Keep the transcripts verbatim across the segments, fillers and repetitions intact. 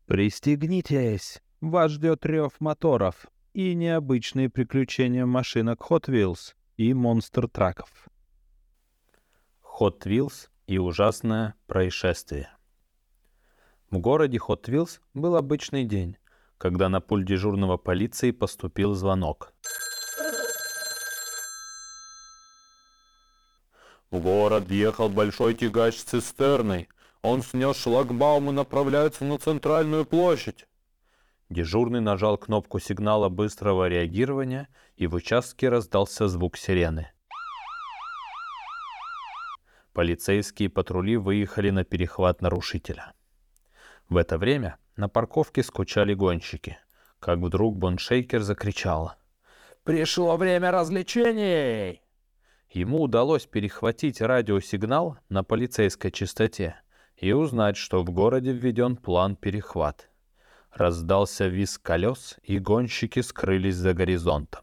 Пристегнитесь! Вас ждет рев моторов и необычные приключения машинок Hot Wheels и монстр-траков. Hot Wheels и ужасное происшествие. В городе Hot Wheels был обычный день, когда на пульт дежурного полиции поступил звонок. В город въехал большой тягач с цистерной. Он снес шлагбаум и направляется на центральную площадь. Дежурный нажал кнопку сигнала быстрого реагирования, и в участке раздался звук сирены. Полицейские патрули выехали на перехват нарушителя. В это время на парковке скучали гонщики, как вдруг Боншейкер закричал: «Пришло время развлечений!» Ему удалось перехватить радиосигнал на полицейской частоте и узнать, что в городе введен план перехват. Раздался визг колес, и гонщики скрылись за горизонтом.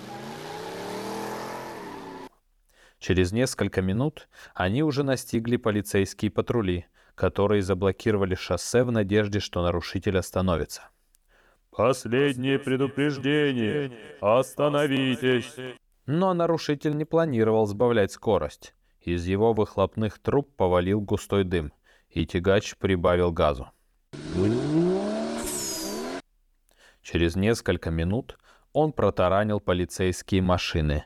Через несколько минут они уже настигли полицейские патрули, которые заблокировали шоссе в надежде, что нарушитель остановится. «Последнее предупреждение! Остановитесь!» Но нарушитель не планировал сбавлять скорость. Из его выхлопных труб повалил густой дым, и тягач прибавил газу. Через несколько минут он протаранил полицейские машины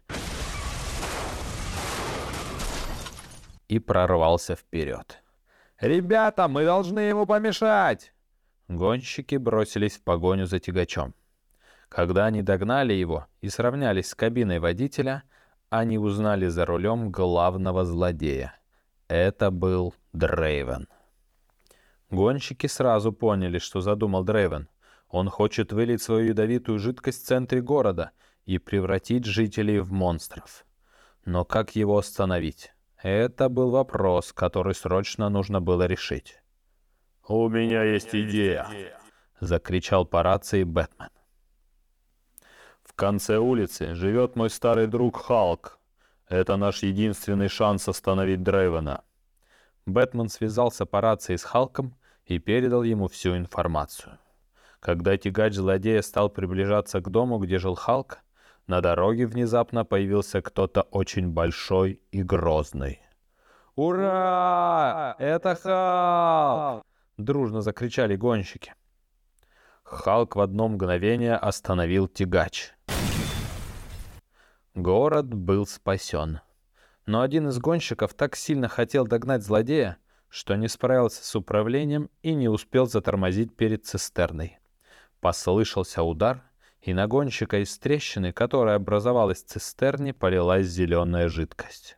и прорвался вперед. «Ребята, мы должны ему помешать!» Гонщики бросились в погоню за тягачом. Когда они догнали его и сравнялись с кабиной водителя, они узнали за рулем главного злодея. Это был Дрейвен. Гонщики сразу поняли, что задумал Дрейвен. Он хочет вылить свою ядовитую жидкость в центре города и превратить жителей в монстров. Но как его остановить? Это был вопрос, который срочно нужно было решить. «У меня есть идея!» — закричал по рации Бэтмен. «В конце улицы живет мой старый друг Халк. Это наш единственный шанс остановить Дрейвена». Бэтмен связался по рации с Халком и передал ему всю информацию. Когда тягач злодея стал приближаться к дому, где жил Халк, на дороге внезапно появился кто-то очень большой и грозный. «Ура! Это Халк!» — дружно закричали гонщики. Халк в одно мгновение остановил тягач. Город был спасен. Но один из гонщиков так сильно хотел догнать злодея, что не справился с управлением и не успел затормозить перед цистерной. Послышался удар, и на гонщика из трещины, которая образовалась в цистерне, полилась зеленая жидкость.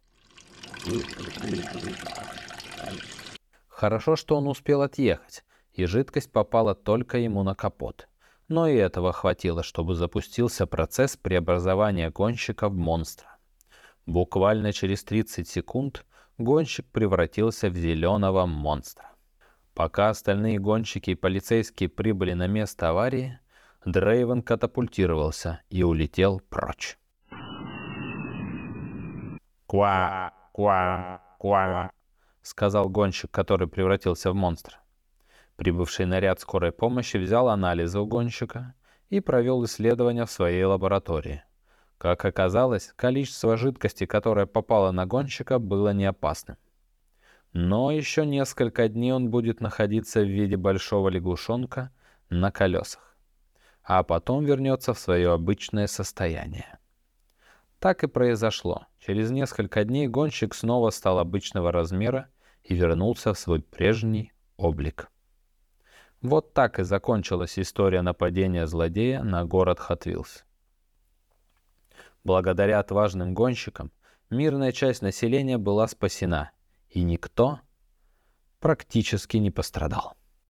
Хорошо, что он успел отъехать, и жидкость попала только ему на капот. Но и этого хватило, чтобы запустился процесс преобразования гонщика в монстра. Буквально через тридцать секунд гонщик превратился в зеленого монстра. Пока остальные гонщики и полицейские прибыли на место аварии, Дрейвен катапультировался и улетел прочь. «Ква, ква, ква», — сказал гонщик, который превратился в монстра. Прибывший наряд скорой помощи взял анализы у гонщика и провел исследования в своей лаборатории. Как оказалось, количество жидкости, которое попало на гонщика, было не опасным. Но еще несколько дней он будет находиться в виде большого лягушонка на колесах, а потом вернется в свое обычное состояние. Так и произошло. Через несколько дней гонщик снова стал обычного размера и вернулся в свой прежний облик. Вот так и закончилась история нападения злодея на город Hot Wheels. Благодаря отважным гонщикам мирная часть населения была спасена, и никто практически не пострадал.